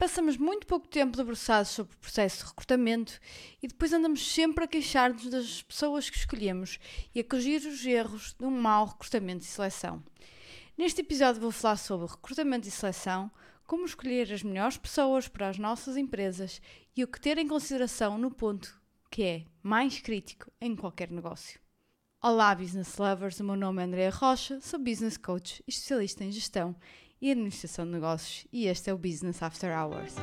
Passamos muito pouco tempo debruçados sobre o processo de recrutamento e depois andamos sempre a queixar-nos das pessoas que escolhemos e a corrigir os erros de um mau recrutamento e seleção. Neste episódio vou falar sobre recrutamento e seleção, como escolher as melhores pessoas para as nossas empresas e o que ter em consideração no ponto que é mais crítico em qualquer negócio. Olá Business Lovers, o meu nome é Andrea Rocha, sou Business Coach e especialista em gestão e administração de negócios e este é o Business After Hours.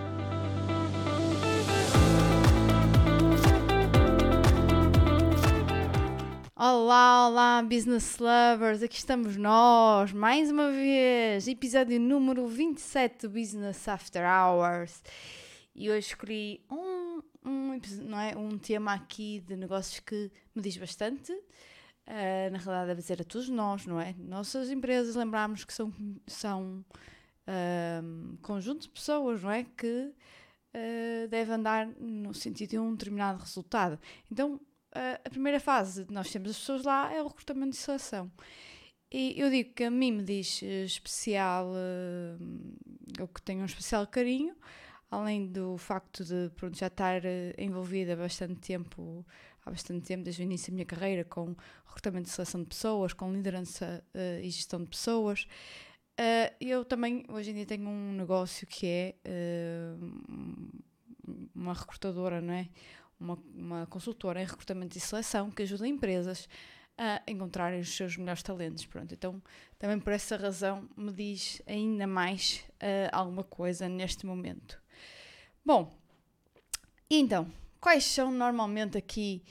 Olá Business Lovers, aqui estamos nós, mais uma vez, episódio número 27 do Business After Hours e hoje escolhi um tema aqui de negócios que me diz bastante. Na realidade deve dizer a todos nós, não é? Nossas empresas, lembrarmos que são conjunto de pessoas, não é? Que devem andar no sentido de um determinado resultado. Então, a primeira fase de nós termos as pessoas lá é o recrutamento e seleção. E eu digo que a mim me diz especial, ou que tenho um especial carinho, além do facto de já estar envolvida há bastante tempo, desde o início da minha carreira, com recrutamento e seleção de pessoas, com liderança e gestão de pessoas. Eu também, hoje em dia, tenho um negócio que é uma recrutadora, não é? Uma consultora em recrutamento e seleção que ajuda empresas a encontrarem os seus melhores talentos. Pronto, então, também por essa razão, me diz ainda mais alguma coisa neste momento. Bom, então, quais são normalmente aqui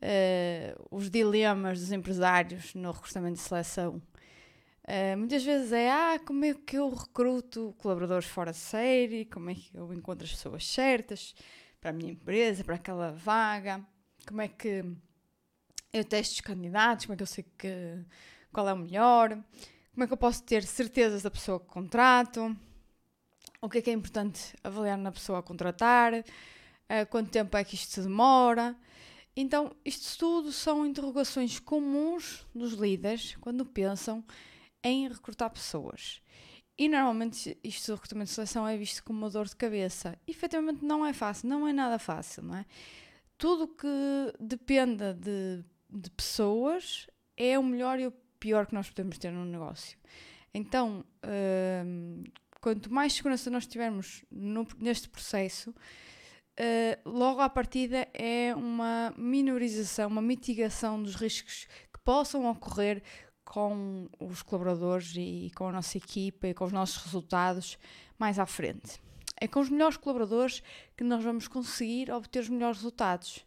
os dilemas dos empresários no recrutamento e seleção? Muitas vezes como é que eu recruto colaboradores fora de série, como é que eu encontro as pessoas certas para a minha empresa, para aquela vaga, como é que eu testo os candidatos, como é que eu sei qual é o melhor, como é que eu posso ter certezas da pessoa que contrato, o que é importante avaliar na pessoa a contratar, quanto tempo é que isto demora. Então, isto tudo são interrogações comuns dos líderes quando pensam em recrutar pessoas. E normalmente isto do recrutamento de seleção é visto como uma dor de cabeça. E, efetivamente não é fácil, não é nada fácil, não é? Tudo que dependa de pessoas é o melhor e o pior que nós podemos ter num negócio. Então, quanto mais segurança nós tivermos neste processo, logo à partida é uma minorização, uma mitigação dos riscos que possam ocorrer com os colaboradores e com a nossa equipa e com os nossos resultados mais à frente. É com os melhores colaboradores que nós vamos conseguir obter os melhores resultados.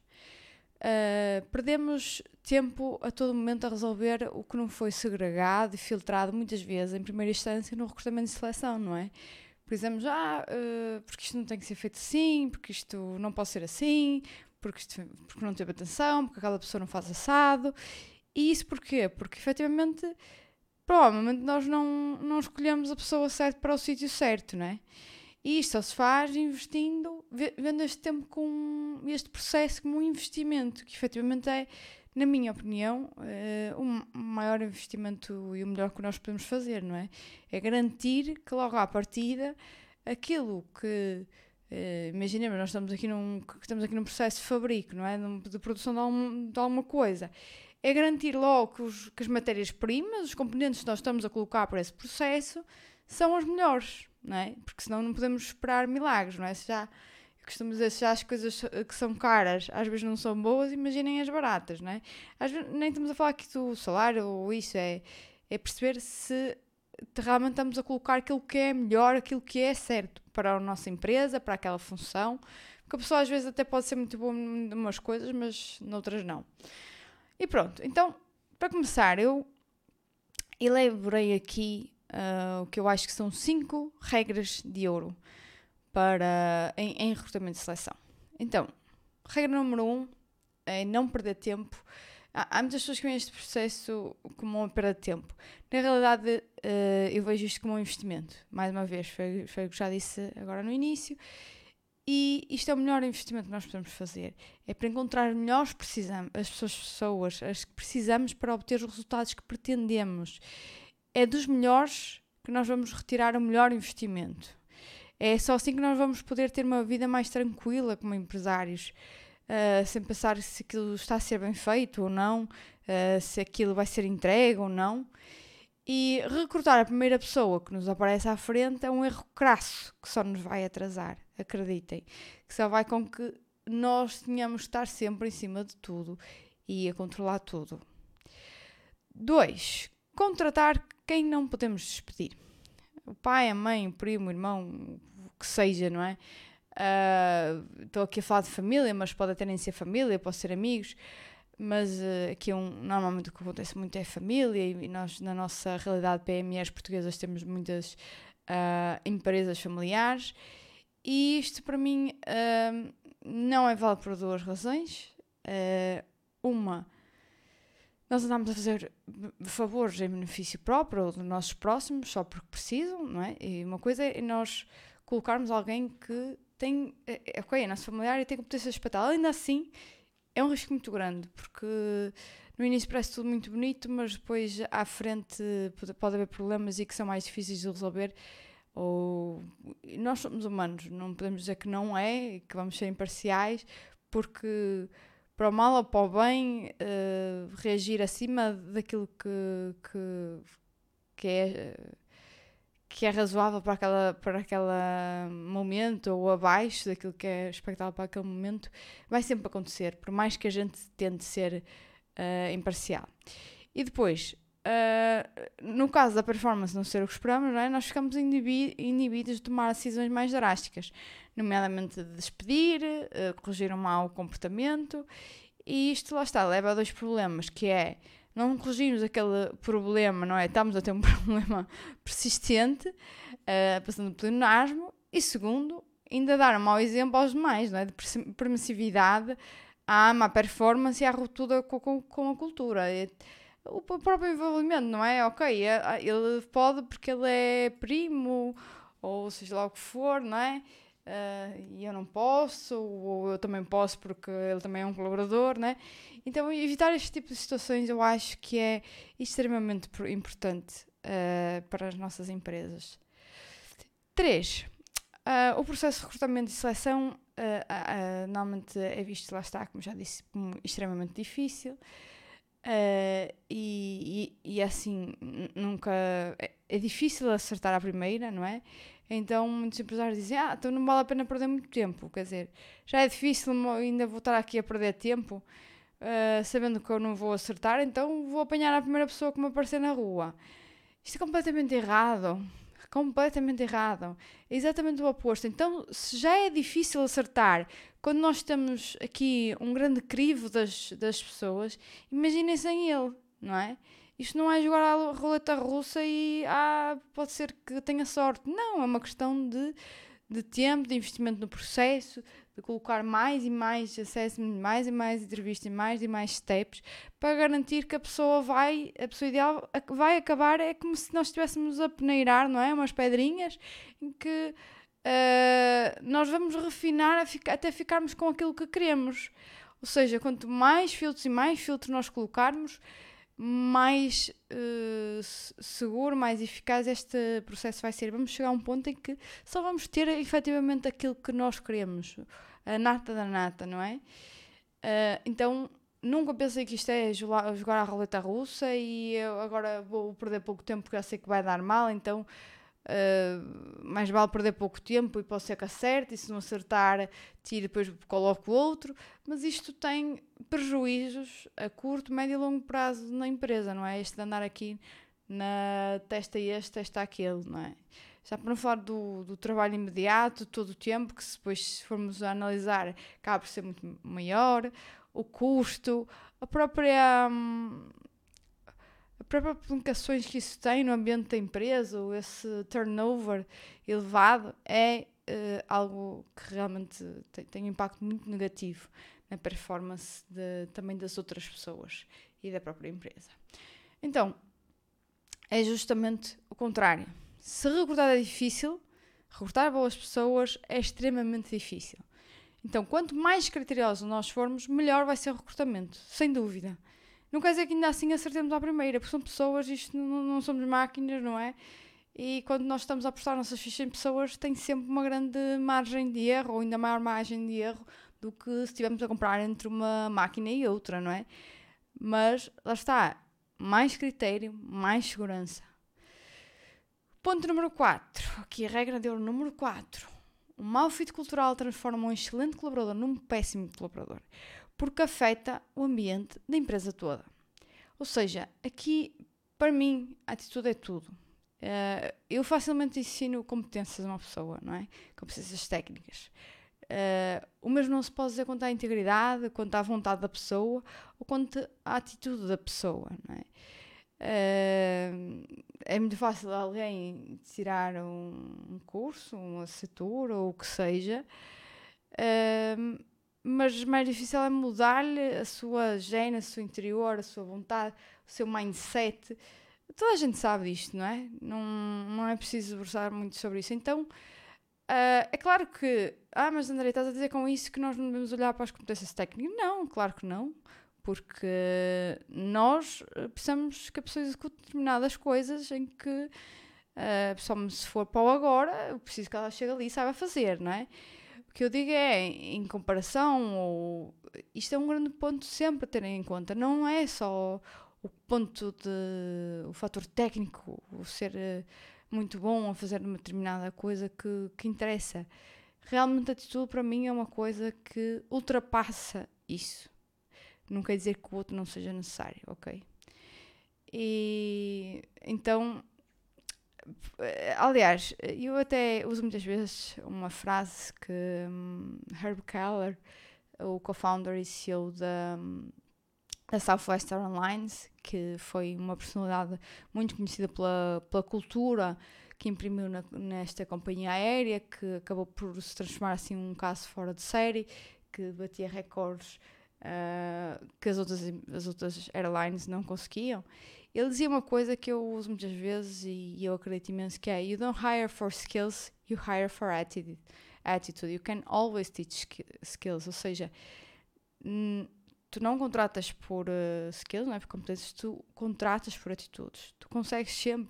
Perdemos tempo a todo momento a resolver o que não foi segregado e filtrado muitas vezes em primeira instância no recrutamento e seleção, não é? Por exemplo, porque isto não tem que ser feito assim, porque isto não pode ser assim, porque não teve atenção, porque aquela pessoa não faz assado. E isso porquê? Porque efetivamente, provavelmente nós não escolhemos a pessoa certa para o sítio certo, não é? E isto só se faz investindo, vendo este processo como um investimento, que efetivamente é, na minha opinião, o maior investimento e o melhor que nós podemos fazer, não é? É garantir que logo à partida, aquilo que, imaginemos, nós estamos aqui num processo de fabrico, não é? De produção de alguma coisa. É garantir logo que as matérias-primas, os componentes que nós estamos a colocar para esse processo, são as melhores, não é? Porque senão não podemos esperar milagres, não é? Eu costumo dizer, se já as coisas que são caras às vezes não são boas, imaginem as baratas, não é? Às vezes nem estamos a falar aqui do salário ou isso, é perceber se realmente estamos a colocar aquilo que é melhor, aquilo que é certo para a nossa empresa, para aquela função, porque a pessoa às vezes até pode ser muito boa em umas coisas, mas noutras não. E pronto, então, para começar, eu elaborei aqui o que eu acho que são 5 regras de ouro em recrutamento de seleção. Então, regra número 1 é não perder tempo. Há muitas pessoas que veem este processo como uma perda de tempo. Na realidade, eu vejo isto como um investimento. Mais uma vez, foi o que já disse agora no início. E isto é o melhor investimento que nós podemos fazer. É para encontrar as pessoas as que precisamos para obter os resultados que pretendemos. É dos melhores que nós vamos retirar o melhor investimento. É só assim que nós vamos poder ter uma vida mais tranquila como empresários, sem pensar se aquilo está a ser bem feito ou não, se aquilo vai ser entregue ou não. E recrutar a primeira pessoa que nos aparece à frente é um erro crasso que só nos vai atrasar, acreditem, que só vai com que nós tenhamos de estar sempre em cima de tudo e a controlar tudo. 2. Contratar quem não podemos despedir. O pai, a mãe, o primo, o irmão, o que seja, não é? Estou aqui a falar de família, mas pode até nem ser família, pode ser amigos, mas aqui normalmente o que acontece muito é família, e nós na nossa realidade PMEs portuguesas temos muitas empresas familiares, e isto para mim não é válido por 2 razões. Uma, nós andamos a fazer favores em benefício próprio ou dos nossos próximos só porque precisam, não é? E uma coisa é nós colocarmos alguém que tem, é nosso familiar e tem competência espacial. Ainda assim, é um risco muito grande, porque no início parece tudo muito bonito, mas depois à frente pode haver problemas e que são mais difíceis de resolver. Ou nós somos humanos, não podemos dizer que não é, que vamos ser imparciais, porque para o mal ou para o bem, reagir acima daquilo que é razoável para aquele momento, ou abaixo daquilo que é expectável para aquele momento, vai sempre acontecer, por mais que a gente tente ser imparcial. E depois, no caso da performance não ser o que esperamos, não é? Nós ficamos inibidos de tomar decisões mais drásticas, nomeadamente de despedir, corrigir um mau comportamento, e isto lá está, leva a 2 problemas, que é não corrigirmos aquele problema, não é? Estamos a ter um problema persistente, passando por pleonasmo, e segundo, ainda dar um mau exemplo aos demais, não é? De permissividade à má performance e à ruptura com a cultura. O próprio envolvimento, não é? Ok, ele pode porque ele é primo, ou seja lá o que for, não é? E eu não posso, ou eu também posso porque ele também é um colaborador, não é? Então, evitar este tipo de situações eu acho que é extremamente importante para as nossas empresas. 3. O processo de recrutamento e seleção normalmente é visto, lá está, como já disse, como extremamente difícil. E assim, nunca é difícil acertar à primeira, não é? Então muitos empresários dizem, então não vale a pena perder muito tempo, quer dizer, já é difícil ainda vou estar aqui a perder tempo, sabendo que eu não vou acertar, então vou apanhar a primeira pessoa que me aparecer na rua. Isto é completamente errado. Completamente errado. É exatamente o oposto. Então, se já é difícil acertar quando nós temos aqui um grande crivo das pessoas, imaginem sem ele, não é? Isto não é jogar a roleta russa e pode ser que tenha sorte. Não, é uma questão de tempo, de investimento no processo, de colocar mais e mais acesso, mais e mais entrevistas, mais e mais steps, para garantir que a pessoa ideal vai acabar, é como se nós estivéssemos a peneirar, não é? Umas pedrinhas, em que nós vamos refinar até ficarmos com aquilo que queremos. Ou seja, quanto mais filtros e mais filtros nós colocarmos, mais seguro, mais eficaz este processo vai ser. Vamos chegar a um ponto em que só vamos ter efetivamente aquilo que nós queremos, a nata da nata, não é? Então, nunca pensei que isto é jogar a roleta russa e eu agora vou perder pouco tempo porque já sei que vai dar mal, então mais vale perder pouco tempo e pode ser que acerte, e se não acertar tiro, depois coloco outro, mas isto tem prejuízos a curto, médio e longo prazo na empresa, não é? Este de andar aqui na testa testa aquele, não é? Já para não falar do trabalho imediato, todo o tempo, que depois se formos a analisar acaba por ser muito maior, o custo, a própria aplicações que isso tem no ambiente da empresa, ou esse turnover elevado, é algo que realmente tem um impacto muito negativo na performance também das outras pessoas e da própria empresa. Então, é justamente o contrário. Se recrutar é difícil, recrutar boas pessoas é extremamente difícil. Então, quanto mais criteriosos nós formos, melhor vai ser o recrutamento, sem dúvida. Não quer dizer que ainda assim acertemos à primeira, porque são pessoas, isto não somos máquinas, não é? E quando nós estamos a apostar nossas fichas em pessoas, tem sempre uma grande margem de erro, ou ainda maior margem de erro do que se estivermos a comprar entre uma máquina e outra, não é? Mas, lá está, mais critério, mais segurança. Ponto número 4, aqui a regra de ouro número 4. Um mau fit cultural transforma um excelente colaborador num péssimo colaborador, porque afeta o ambiente da empresa toda. Ou seja, aqui, para mim, a atitude é tudo. Eu facilmente ensino competências a uma pessoa, não é? Competências técnicas. O mesmo não se pode dizer quanto à integridade, quanto à vontade da pessoa, ou quanto à atitude da pessoa, não é? É muito fácil alguém tirar um curso, uma assinatura ou o que seja, mas mais difícil é mudar-lhe a sua gene, o seu interior, a sua vontade, o seu mindset. Toda a gente sabe disto, não é? Não é preciso debruçar muito sobre isso. Então, é claro que... mas André, estás a dizer com isso que nós não devemos olhar para as competências técnicas? Não, claro que não. Porque nós precisamos que a pessoa execute determinadas coisas em que, só se for para o agora, eu preciso que ela chegue ali e saiba fazer, não é? O que eu digo é, em comparação, isto é um grande ponto sempre a terem em conta. Não é só o ponto o fator técnico, o ser muito bom a fazer uma determinada coisa que interessa. Realmente a atitude para mim é uma coisa que ultrapassa isso. Não quer dizer que o outro não seja necessário, ok? E então, aliás, eu até uso muitas vezes uma frase que Herb Keller, o co-founder e CEO da Southwest Airlines, que foi uma personalidade muito conhecida pela cultura que imprimiu nesta companhia aérea, que acabou por se transformar assim num caso fora de série, que batia recordes que as outras airlines não conseguiam. Ele dizia uma coisa que eu uso muitas vezes e eu acredito imenso, que é: you don't hire for skills, you hire for attitude. You can always teach skills. Ou seja, tu não contratas por skills, não é, por competências, tu contratas por atitudes. Tu consegues sempre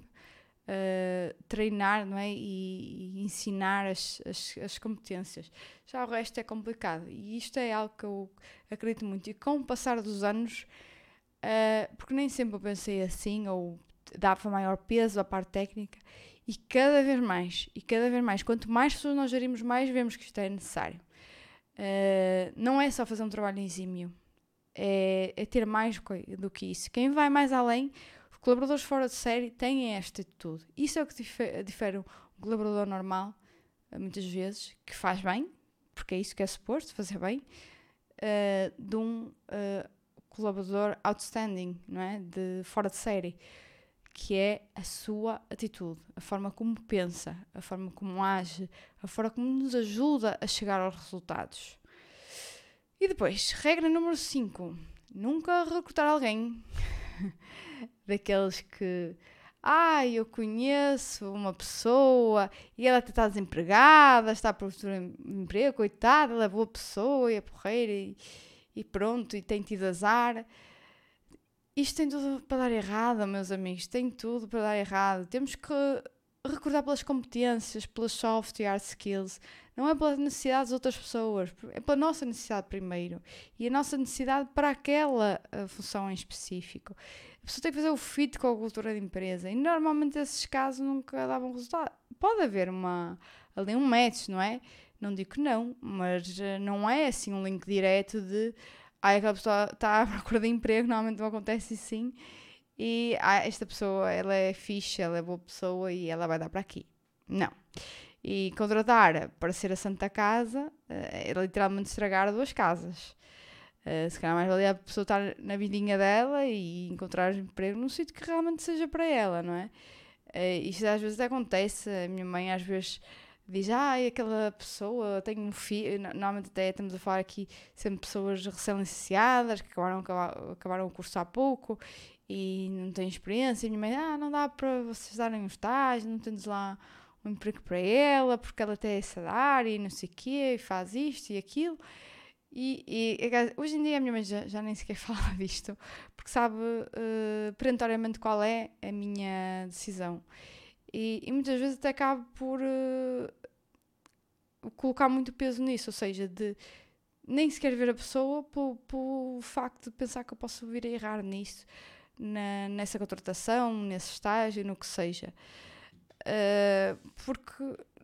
treinar, não é, e ensinar as competências. Já o resto é complicado, e isto é algo que eu acredito muito. E com o passar dos anos, porque nem sempre eu pensei assim, ou dava maior peso à parte técnica, e cada vez mais, quanto mais pessoas nós gerimos, mais vemos que isto é necessário. Não é só fazer um trabalho exímio, é ter mais do que isso. Quem vai mais além, os colaboradores fora de série têm esta atitude. Isso é o que difere um colaborador normal, muitas vezes, que faz bem, porque é isso que é suposto, fazer bem, de um colaborador outstanding, não é? De fora de série, que é a sua atitude, a forma como pensa, a forma como age, a forma como nos ajuda a chegar aos resultados. E depois, regra número 5, nunca recrutar alguém daqueles que, eu conheço uma pessoa e ela está desempregada, está a procurar emprego, coitada, ela é boa pessoa e é porreira e pronto, e tem tido azar. Isto tem tudo para dar errado, meus amigos, tem tudo para dar errado. Temos que recordar pelas competências, pelas soft e hard skills. Não é pelas necessidades das outras pessoas, é pela nossa necessidade primeiro. E a nossa necessidade para aquela função em específico. A pessoa tem que fazer o fit com a cultura da empresa. E normalmente esses casos nunca davam resultado. Pode haver ali um match, não é? Não digo que não, mas não é assim um link direto de aquela pessoa está à procura de emprego, normalmente não acontece assim. E esta pessoa, ela é fixe, ela é boa pessoa e ela vai dar para aqui. Não. E contratar para ser a Santa Casa é literalmente estragar 2 casas. Se calhar mais valia a pessoa estar na vidinha dela e encontrar emprego num sítio que realmente seja para ela, não é? Isto às vezes acontece. A minha mãe às vezes diz: aquela pessoa tem um filho. Normalmente até estamos a falar aqui sempre de pessoas recém-licenciadas que acabaram o curso há pouco e não têm experiência. E a minha mãe: não dá para vocês darem um estágio, não tendes lá um emprego para ela, porque ela tem essa área e não sei o quê, e faz isto e aquilo. E hoje em dia a minha mãe já nem sequer fala disto, porque sabe perentoriamente qual é a minha decisão. E muitas vezes até acabo por colocar muito peso nisso, ou seja, de nem sequer ver a pessoa pelo facto de pensar que eu posso vir a errar nisso, nessa contratação, nesse estágio, no que seja. Porque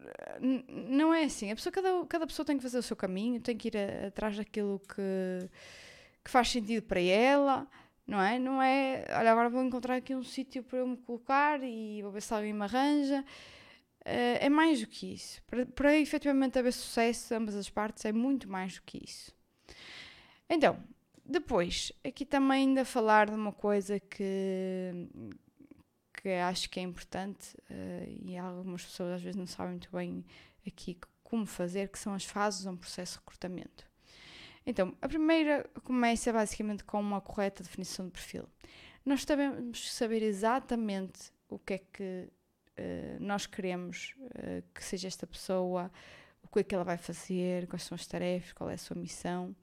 não é assim. Cada pessoa tem que fazer o seu caminho, tem que ir atrás daquilo que faz sentido para ela, não é? Não é, olha, agora vou encontrar aqui um sítio para eu me colocar e vou ver se alguém me arranja. É mais do que isso. Para efetivamente haver sucesso, ambas as partes, é muito mais do que isso. Então, depois, aqui também ainda falar de uma coisa que acho que é importante e algumas pessoas às vezes não sabem muito bem aqui como fazer, que são as fases de um processo de recrutamento. Então, a primeira começa basicamente com uma correta definição de perfil. Nós devemos saber exatamente o que é que nós queremos que seja esta pessoa, o que é que ela vai fazer, quais são as tarefas, qual é a sua missão.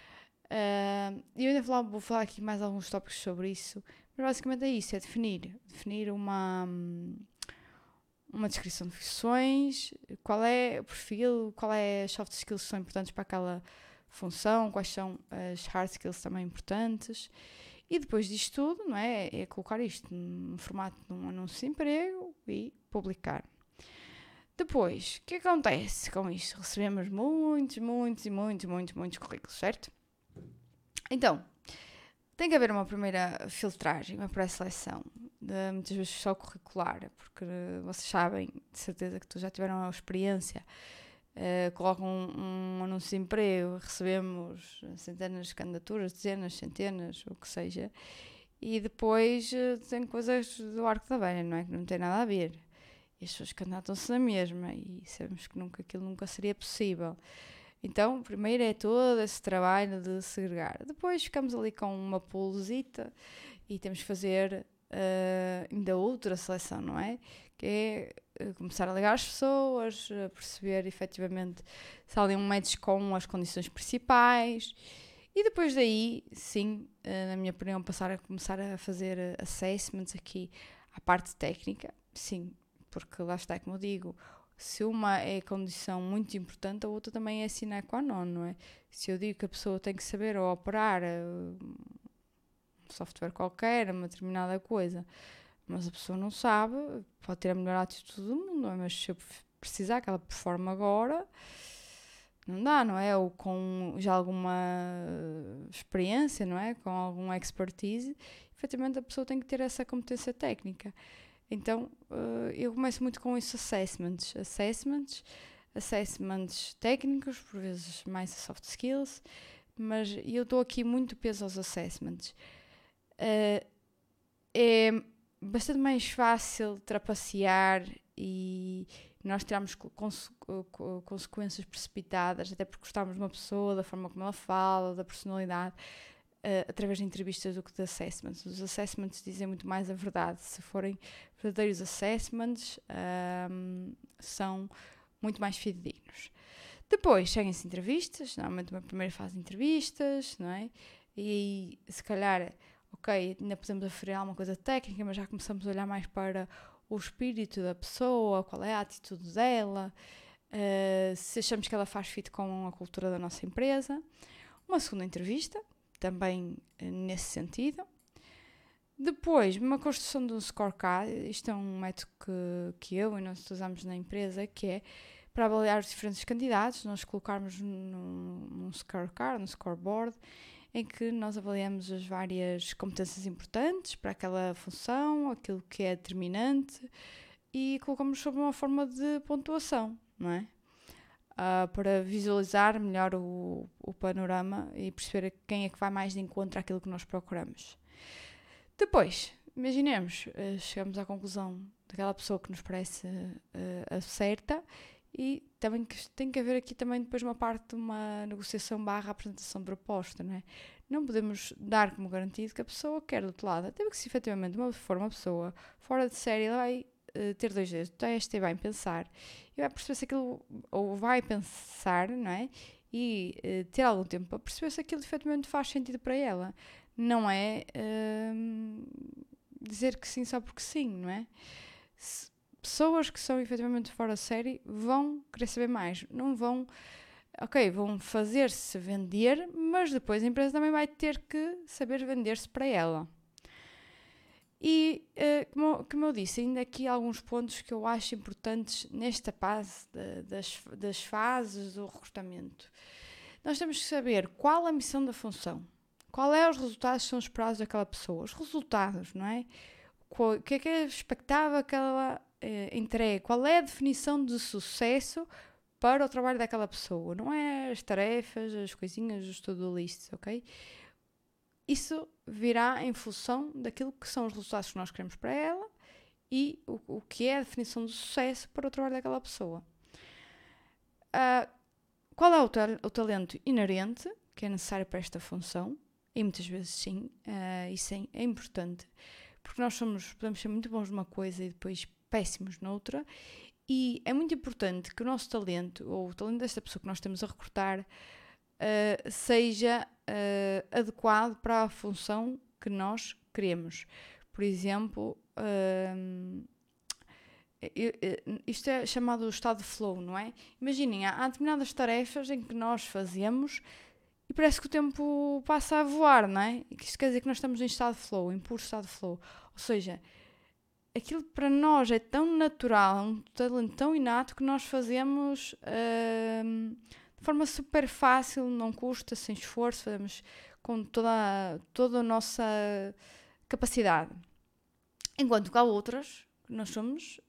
Eu ainda vou falar aqui mais alguns tópicos sobre isso, mas basicamente é isso, é definir uma descrição de funções, qual é o perfil, qual é as soft skills que são importantes para aquela função, quais são as hard skills também importantes. E depois disto tudo, não é? É colocar isto no formato de um anúncio de emprego e publicar. Depois, o que acontece com isto? Recebemos muitos currículos, certo? Então, tem que haver uma primeira filtragem, uma pré-seleção, muitas vezes só curricular, porque vocês sabem, de certeza que já tiveram a experiência, colocam um anúncio de emprego, recebemos centenas de candidaturas, dezenas, centenas, o que seja, e depois tem coisas do arco da velha, não é? Que não tem nada a ver. E as pessoas candidatam-se na mesma, e sabemos que aquilo nunca seria possível. Então, primeiro é todo esse trabalho de segregar. Depois ficamos ali com uma poolzita e temos que fazer ainda outra seleção, não é? Que é começar a ligar as pessoas, perceber efetivamente se há ali um match com as condições principais. E depois daí, sim, na minha opinião, começar a fazer assessments aqui à parte técnica. Sim, porque lá está, como eu digo, se uma é condição muito importante, a outra também é sine qua non, não é? Se eu digo que a pessoa tem que saber ou operar um software qualquer, uma determinada coisa, mas a pessoa não sabe, pode ter a melhor atitude do mundo, não é? Mas se eu precisar que ela performe agora, não dá, não é? Ou com já alguma experiência, não é? Com alguma expertise, efetivamente a pessoa tem que ter essa competência técnica. Então, eu começo muito com isso, assessments técnicos, por vezes mais soft skills, mas eu dou aqui muito peso aos assessments. É bastante mais fácil trapacear e nós tiramos consequências precipitadas, até porque gostamos de uma pessoa, da forma como ela fala, da personalidade, através de entrevistas do que de assessments. Os assessments dizem muito mais a verdade. Se forem verdadeiros assessments, são muito mais fidedignos. Depois seguem-se entrevistas, normalmente uma primeira fase de entrevistas, não é? E aí, se calhar, ok, ainda podemos aferir alguma coisa técnica, mas já começamos a olhar mais para o espírito da pessoa, qual é a atitude dela, se achamos que ela faz fit com a cultura da nossa empresa. Uma segunda entrevista, também nesse sentido. Depois, uma construção de um scorecard. Isto é um método que eu e nós usamos na empresa, que é para avaliar os diferentes candidatos, nós colocarmos num scorecard, num scoreboard, em que nós avaliamos as várias competências importantes para aquela função, aquilo que é determinante, e colocamos sobre uma forma de pontuação, não é? Para visualizar melhor o panorama e perceber quem é que vai mais de encontro àquilo que nós procuramos. Depois, imaginemos, chegamos à conclusão daquela pessoa que nos parece a certa, e também tem que haver aqui também depois uma parte de uma negociação / apresentação de proposta, não é? Não podemos dar como garantido que a pessoa quer do outro lado, até porque se efetivamente for uma pessoa fora de série, ela vai ter dois dedos, teste e vai pensar, e vai perceber se aquilo, ou vai pensar, não é? E ter algum tempo para perceber se aquilo efetivamente faz sentido para ela. Não é dizer que sim só porque sim, não é? pessoas que são efetivamente fora de série vão querer saber mais. Não vão, vão fazer-se vender, mas depois a empresa também vai ter que saber vender-se para ela. E, como eu disse, ainda aqui há alguns pontos que eu acho importantes nesta fase das fases do recrutamento. Nós temos que saber qual a missão da função, qual é os resultados que são esperados daquela pessoa, os resultados, não é? O que é expectável que ela entregue, qual é a definição de sucesso para o trabalho daquela pessoa, não é as tarefas, as coisinhas, os to-do lists, ok? Isso virá em função daquilo que são os resultados que nós queremos para ela e o que é a definição de sucesso para o trabalho daquela pessoa. Qual é o talento inerente que é necessário para esta função? E muitas vezes sim, isso é importante, porque nós podemos ser muito bons numa coisa e depois péssimos noutra, e é muito importante que o nosso talento, ou o talento desta pessoa que nós estamos a recrutar, seja adequado para a função que nós queremos. Por exemplo, isto é chamado estado de flow, não é? Imaginem, há determinadas tarefas em que nós fazemos e parece que o tempo passa a voar, não é? E isto quer dizer que nós estamos em estado de flow, em puro estado de flow. Ou seja, aquilo para nós é tão natural, é um talento tão inato que nós fazemos de forma super fácil, não custa, sem esforço, fazemos com toda a nossa capacidade. Enquanto que há outras que nós somos,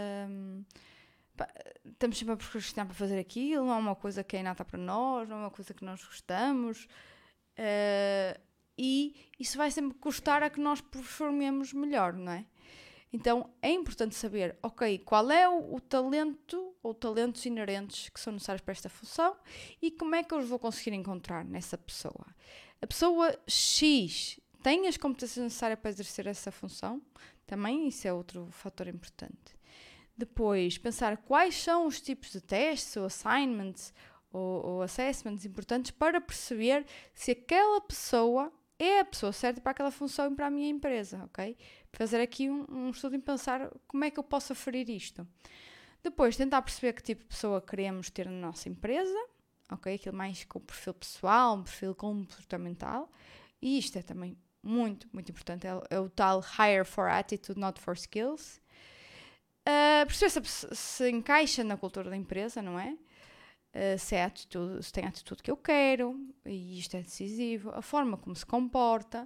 estamos sempre a procrastinar para fazer aquilo, não é uma coisa que é inata para nós, não é uma coisa que nós gostamos, e isso vai sempre custar a que nós performemos melhor, não é? Então é importante saber, qual é o talento ou talentos inerentes que são necessários para esta função e como é que eu os vou conseguir encontrar nessa pessoa. A pessoa X tem as competências necessárias para exercer essa função? Também isso é outro fator importante. Depois, pensar quais são os tipos de testes ou assignments ou assessments importantes para perceber se aquela pessoa é a pessoa certa para aquela função e para a minha empresa, ok? Fazer aqui um estudo e pensar como é que eu posso aferir isto. Depois, tentar perceber que tipo de pessoa queremos ter na nossa empresa, ok? Aquilo mais com o perfil pessoal, um perfil comportamental. E isto é também muito, muito importante. É o tal hire for attitude, not for skills. Perceber se encaixa na cultura da empresa, não é? Se tem a atitude que eu quero, e isto é decisivo, a forma como se comporta.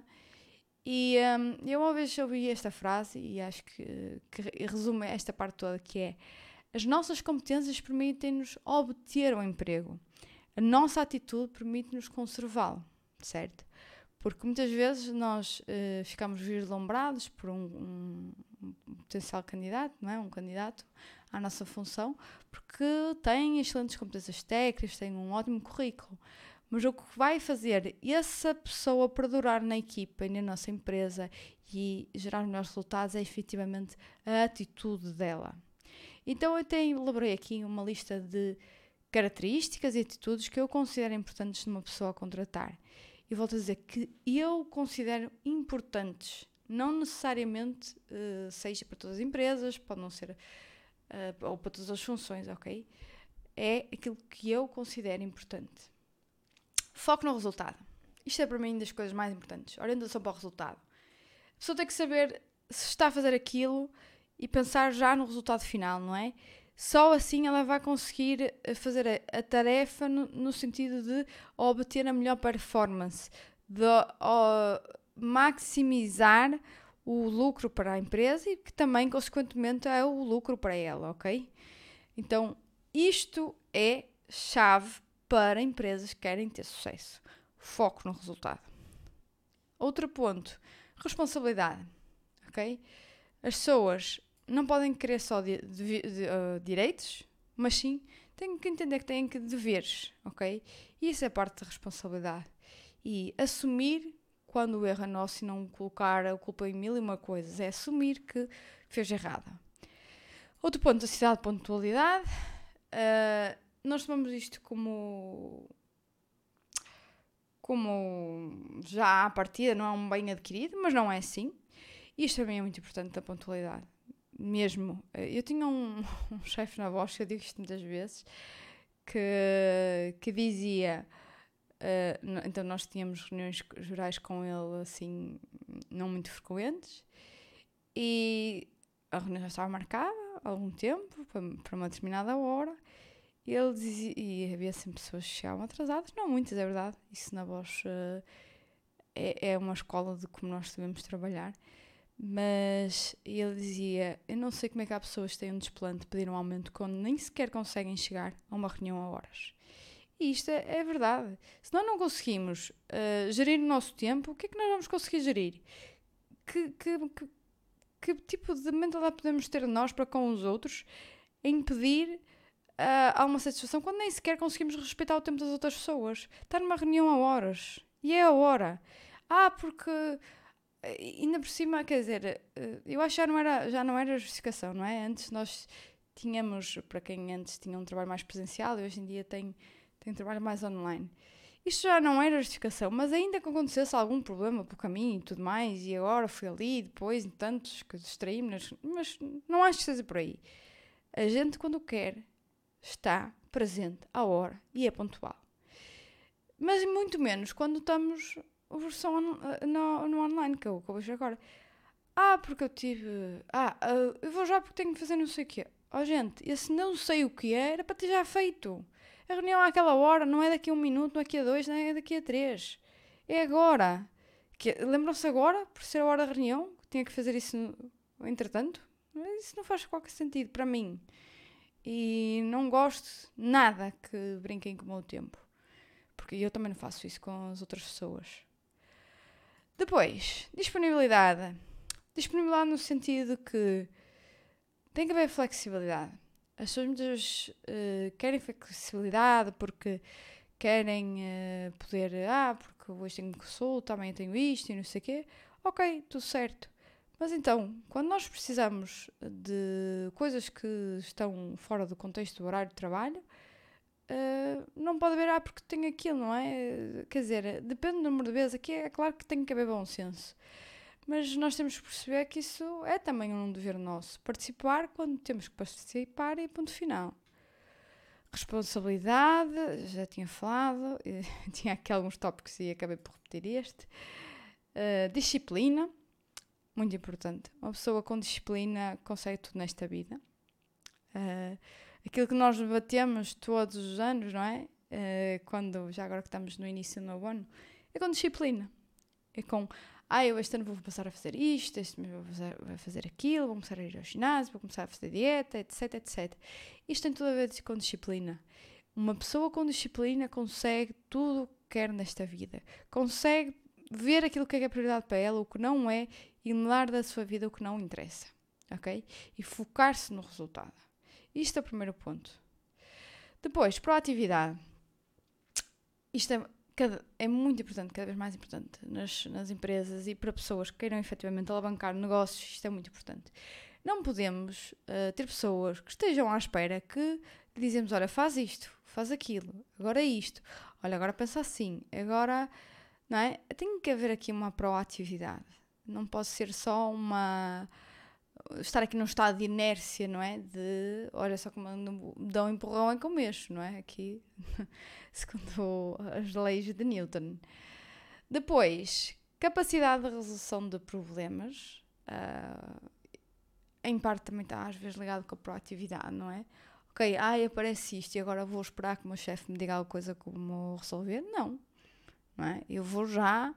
E eu uma vez ouvi esta frase e acho que resume esta parte toda, que é: as nossas competências permitem-nos obter um emprego, a nossa atitude permite-nos conservá-lo, certo? Porque muitas vezes nós ficamos vislumbrados por um potencial candidato, não é? Um candidato à nossa função, porque tem excelentes competências técnicas, tem um ótimo currículo. Mas o que vai fazer essa pessoa perdurar na equipa e na nossa empresa e gerar melhores resultados é efetivamente a atitude dela. Então eu até elaborei aqui uma lista de características e atitudes que eu considero importantes numa pessoa a contratar. E volto a dizer que eu considero importantes, não necessariamente seja para todas as empresas, pode não ser ou para todas as funções, ok? É aquilo que eu considero importante. Foco no resultado. Isto é para mim das coisas mais importantes. Orientação para o resultado. A pessoa tem que saber se está a fazer aquilo e pensar já no resultado final, não é? Só assim ela vai conseguir fazer a tarefa no sentido de obter a melhor performance, de maximizar o lucro para a empresa e que também, consequentemente, é o lucro para ela, ok? Então, isto é chave para empresas que querem ter sucesso. Foco no resultado. Outro ponto, responsabilidade, ok? As pessoas não podem querer só direitos, mas sim têm que entender que têm que deveres, ok? E isso é parte da responsabilidade. E assumir quando o erro é nosso e não colocar a culpa em 1001 coisas, é assumir que fez errado. Outro ponto, a necessidade de pontualidade. Nós tomamos isto como já à partida, não é um bem adquirido, mas não é assim. E isto também é muito importante, da pontualidade. mesmo. Eu tinha um chefe na Bosch, eu digo isto muitas vezes, que dizia... então nós tínhamos reuniões gerais com ele, assim, não muito frequentes, e a reunião já estava marcada há algum tempo, para uma determinada hora, e ele dizia, e havia sempre pessoas que chegavam atrasadas, não muitas, é verdade, isso na Bosch é uma escola de como nós devemos trabalhar, mas ele dizia, eu não sei como é que há pessoas que têm um desplante de pedir um aumento quando nem sequer conseguem chegar a uma reunião a horas. E isto é verdade. Se nós não conseguimos gerir o nosso tempo, o que é que nós vamos conseguir gerir? Que tipo de mentalidade podemos ter nós para com os outros em pedir alguma satisfação quando nem sequer conseguimos respeitar o tempo das outras pessoas? Estar numa reunião a horas. E é a hora. Porque... ainda por cima, quer dizer, eu acho que já não era justificação, não é? Antes nós tínhamos, para quem antes tinha um trabalho mais presencial, e hoje em dia tem trabalho mais online. Isto já não era justificação, mas ainda que acontecesse algum problema pelo caminho e tudo mais, e agora fui ali, depois, em tantos, que distraí-me, mas não acho que seja por aí. A gente, quando quer, está presente à hora e é pontual. Mas muito menos quando estamos a versão no online, que eu vejo agora. Porque eu tive... eu vou já porque tenho que fazer não sei o quê. Gente, esse não sei o que era para ter já feito. A reunião àquela hora não é daqui a 1 minuto, não é daqui a 2, não é daqui a 3. É agora. Lembram-se agora, por ser a hora da reunião, que tinha que fazer isso entretanto? Isso não faz qualquer sentido para mim. E não gosto nada que brinquem com o meu tempo. Porque eu também não faço isso com as outras pessoas. Depois, disponibilidade. Disponibilidade no sentido que tem que haver flexibilidade. As pessoas muitas vezes querem flexibilidade porque querem poder... porque hoje tenho consulta, amanhã tenho isto e não sei o quê. Ok, tudo certo. Mas então, quando nós precisamos de coisas que estão fora do contexto do horário de trabalho, não pode haver, porque tenho aquilo, não é? Quer dizer, depende do número de vezes. Aqui é claro que tem que haver bom senso. Mas nós temos que perceber que isso é também um dever nosso. Participar quando temos que participar e ponto final. Responsabilidade, já tinha falado, tinha aqui alguns tópicos e acabei por repetir este. Disciplina, muito importante. Uma pessoa com disciplina consegue tudo nesta vida. Aquilo que nós debatemos todos os anos, não é? Quando, já agora que estamos no início do novo ano, é com disciplina. É com, eu este ano vou passar a fazer isto, este mês vou fazer aquilo, vou começar a ir ao ginásio, vou começar a fazer dieta, etc, etc. Isto tem tudo a ver com disciplina. Uma pessoa com disciplina consegue tudo o que quer nesta vida. Consegue ver aquilo que é prioridade para ela, o que não é, e mudar da sua vida o que não interessa. Ok? E focar-se no resultado. Isto é o primeiro ponto. Depois, proatividade. Isto é muito importante, cada vez mais importante nas empresas e para pessoas que queiram efetivamente alavancar negócios. Isto é muito importante. Não podemos ter pessoas que estejam à espera que dizemos, olha, faz isto, faz aquilo, agora é isto, olha, agora pensa assim, agora, não é? Tem que haver aqui uma proatividade. Não pode ser só estar aqui num estado de inércia, não é? De, olha, só como me dão um empurrão é que eu mexo, não é? Aqui, segundo as leis de Newton. Depois, capacidade de resolução de problemas. Em parte também está às vezes ligado com a proatividade, não é? Ok, aparece isto e agora vou esperar que o meu chefe me diga alguma coisa como resolver. Não é? Eu vou já...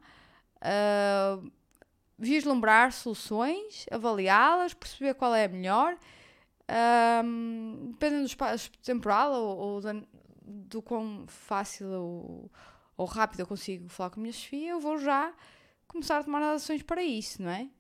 vislumbrar soluções, avaliá-las, perceber qual é a melhor, dependendo do espaço temporal ou do quão fácil ou rápido eu consigo falar com a minha chefia, eu vou já começar a tomar as ações para isso, não é?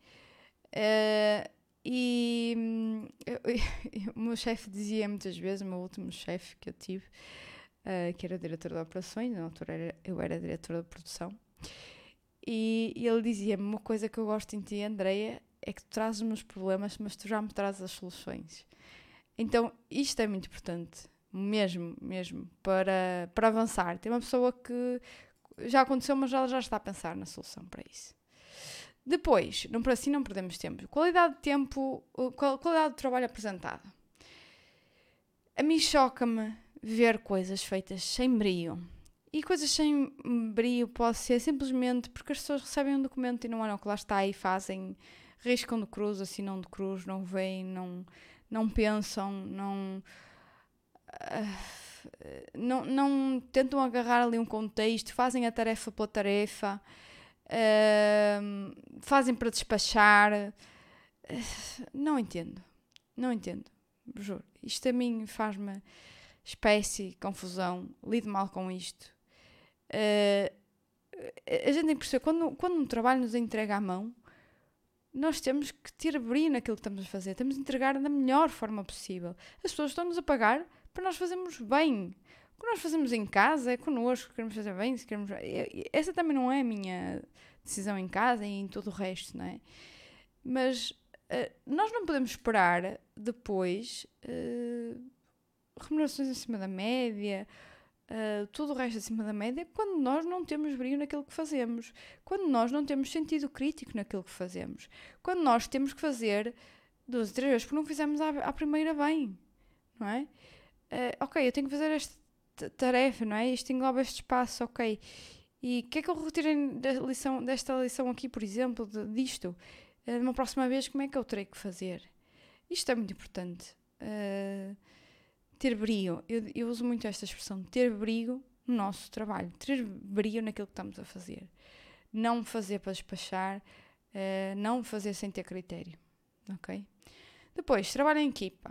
O meu chefe dizia muitas vezes, o meu último chefe que eu tive, que era diretor de operações, na altura eu era diretora de produção, e ele dizia-me, uma coisa que eu gosto em ti, Andreia, é que tu trazes os meus problemas, mas tu já me trazes as soluções. Então, isto é muito importante, mesmo, para avançar. Tem uma pessoa que já aconteceu, mas ela já está a pensar na solução para isso. Depois, assim não perdemos tempo. Qualidade de tempo, qualidade do trabalho apresentado. A mim choca-me ver coisas feitas sem brio. E coisas sem brio pode ser simplesmente porque as pessoas recebem um documento e não olham o que lá está e fazem, riscam de cruz, assinam de cruz, não veem, não pensam, não tentam agarrar ali um contexto, fazem a tarefa pela tarefa, fazem para despachar. Não entendo, juro. Isto a mim faz-me espécie, confusão, lido mal com isto. A gente tem que perceber, quando um trabalho nos entrega à mão, nós temos que ter brilho naquilo que estamos a fazer, temos de entregar da melhor forma possível. As pessoas estão-nos a pagar para nós fazermos bem. O que nós fazemos em casa é connosco, queremos fazer bem, se queremos... Essa também não é a minha decisão em casa e em todo o resto, não é? Mas nós não podemos esperar depois remunerações acima da média, tudo o resto acima da média, quando nós não temos brilho naquilo que fazemos, quando nós não temos sentido crítico naquilo que fazemos, quando nós temos que fazer 2 ou 3 vezes porque não fizemos à primeira bem, não é? Ok, eu tenho que fazer esta tarefa, não é? Isto engloba este espaço, ok. E o que é que eu retirei desta lição aqui, por exemplo, disto? Numa próxima vez, como é que eu terei que fazer? Isto é muito importante. Ter brio. Eu uso muito esta expressão. Ter brio no nosso trabalho. Ter brio naquilo que estamos a fazer. Não fazer para despachar. Não fazer sem ter critério. Ok? Depois, trabalho em equipa.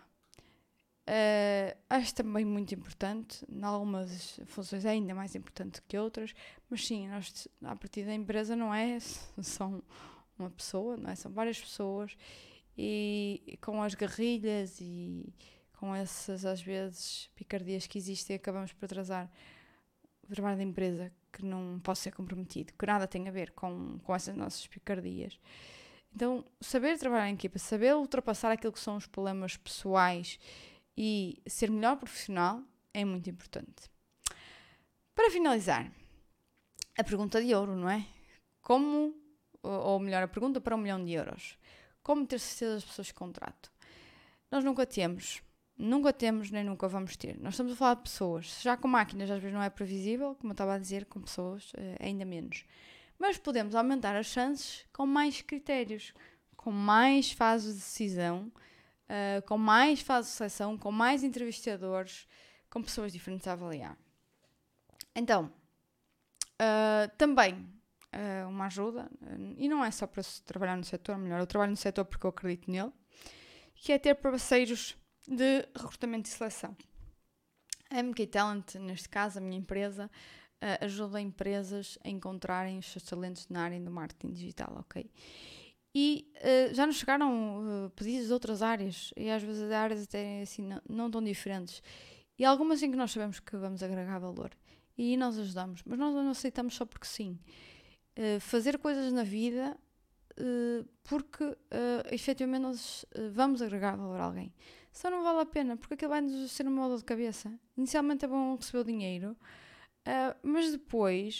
Acho também muito importante. Em algumas funções é ainda mais importante que outras. Mas sim, nós, a partir da empresa não é só uma pessoa, não é? São várias pessoas. E com as guerrilhas e com essas, às vezes, picardias que existem, acabamos por atrasar o trabalho da empresa, que não pode ser comprometido, que nada tem a ver com essas nossas picardias. Então, saber trabalhar em equipa, saber ultrapassar aquilo que são os problemas pessoais e ser melhor profissional é muito importante. Para finalizar, a pergunta de ouro, não é? Ou melhor, a pergunta para 1 milhão de euros. Como ter certeza das pessoas que contrato? Nós nunca temos, nem nunca vamos ter. Nós estamos a falar de pessoas. Já com máquinas às vezes não é previsível, como eu estava a dizer, com pessoas ainda menos. Mas podemos aumentar as chances com mais critérios, com mais fases de decisão, com mais fases de seleção, com mais entrevistadores, com pessoas diferentes a avaliar. Então, também uma ajuda, e não é só para trabalhar no setor, melhor, eu trabalho no setor porque eu acredito nele, que é ter parceiros de recrutamento e seleção. A MK Talent, neste caso, a minha empresa, ajuda empresas a encontrarem os seus talentos na área do marketing digital, ok? E já nos chegaram pedidos de outras áreas, e às vezes áreas até assim não tão diferentes, e algumas em que nós sabemos que vamos agregar valor, e aí nós ajudamos, mas nós não aceitamos só porque sim. Fazer coisas na vida porque efetivamente nós vamos agregar valor a alguém. Só não vale a pena, porque aquilo vai-nos ser uma moda de cabeça. Inicialmente é bom receber o dinheiro, mas depois,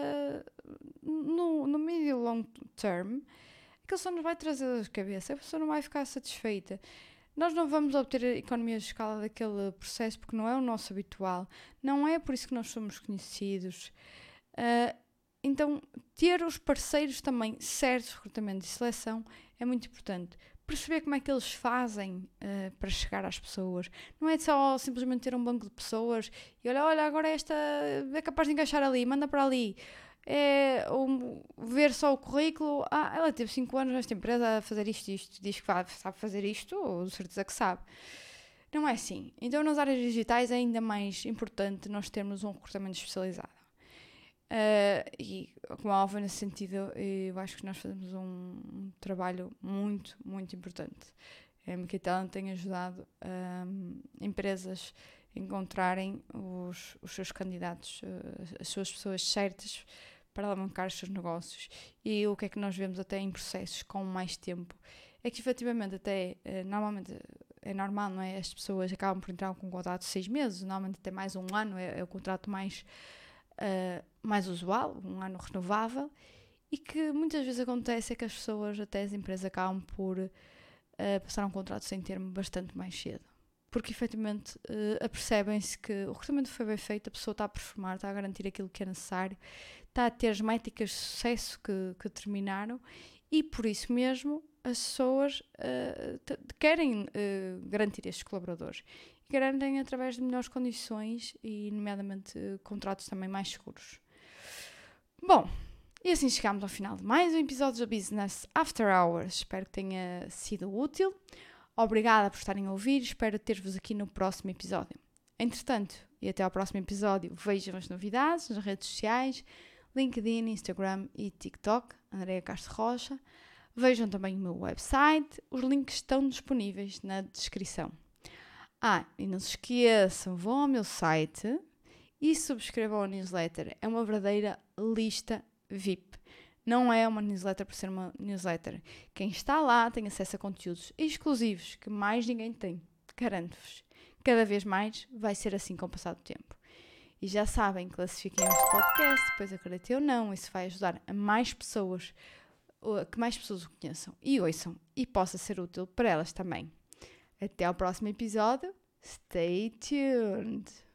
no médio e long term, aquilo só nos vai trazer dor de cabeça, a pessoa não vai ficar satisfeita. Nós não vamos obter a economia de escala daquele processo porque não é o nosso habitual, não é por isso que nós somos conhecidos. Então, ter os parceiros também certos de recrutamento e seleção é muito importante. Perceber como é que eles fazem para chegar às pessoas. Não é só simplesmente ter um banco de pessoas e olha, agora esta é capaz de encaixar ali, manda para ali. Ou ver só o currículo. Ela teve 5 anos nesta empresa a fazer isto, diz que sabe fazer isto, ou de certeza que sabe. Não é assim. Então, nas áreas digitais é ainda mais importante nós termos um recrutamento especializado. E, como é óbvio, nesse sentido, eu acho que nós fazemos um trabalho muito, muito importante. A MK Talent tem ajudado empresas a encontrarem os seus candidatos, as suas pessoas certas para alavancar os seus negócios. E o que é que nós vemos até em processos com mais tempo é que, efetivamente, até normalmente é normal, não é? As pessoas acabam por entrar com um contrato de 6 meses, normalmente até mais 1 ano é o contrato mais usual, 1 ano renovável, e que muitas vezes acontece é que as pessoas, até as empresas, acabam por passar um contrato sem termo bastante mais cedo. Porque efetivamente apercebem-se que o recrutamento foi bem feito, a pessoa está a performar, está a garantir aquilo que é necessário, está a ter as métricas de sucesso que determinaram e por isso mesmo as pessoas querem garantir estes colaboradores. E garantem através de melhores condições e, nomeadamente, contratos também mais seguros. Bom, e assim chegamos ao final de mais um episódio do Business After Hours. Espero que tenha sido útil. Obrigada por estarem a ouvir. Espero ter-vos aqui no próximo episódio. Entretanto, e até ao próximo episódio, vejam as novidades nas redes sociais, LinkedIn, Instagram e TikTok, Andreia Castro Rocha. Vejam também o meu website. Os links estão disponíveis na descrição. E não se esqueçam, vão ao meu site e subscrevam a newsletter. É uma verdadeira lista VIP. Não é uma newsletter por ser uma newsletter. Quem está lá tem acesso a conteúdos exclusivos que mais ninguém tem. Garanto-vos. Cada vez mais vai ser assim com o passar do tempo. E já sabem, classifiquem este podcast, depois acreditem ou não. Isso vai ajudar a mais pessoas, que mais pessoas o conheçam e ouçam e possa ser útil para elas também. Até ao próximo episódio. Stay tuned!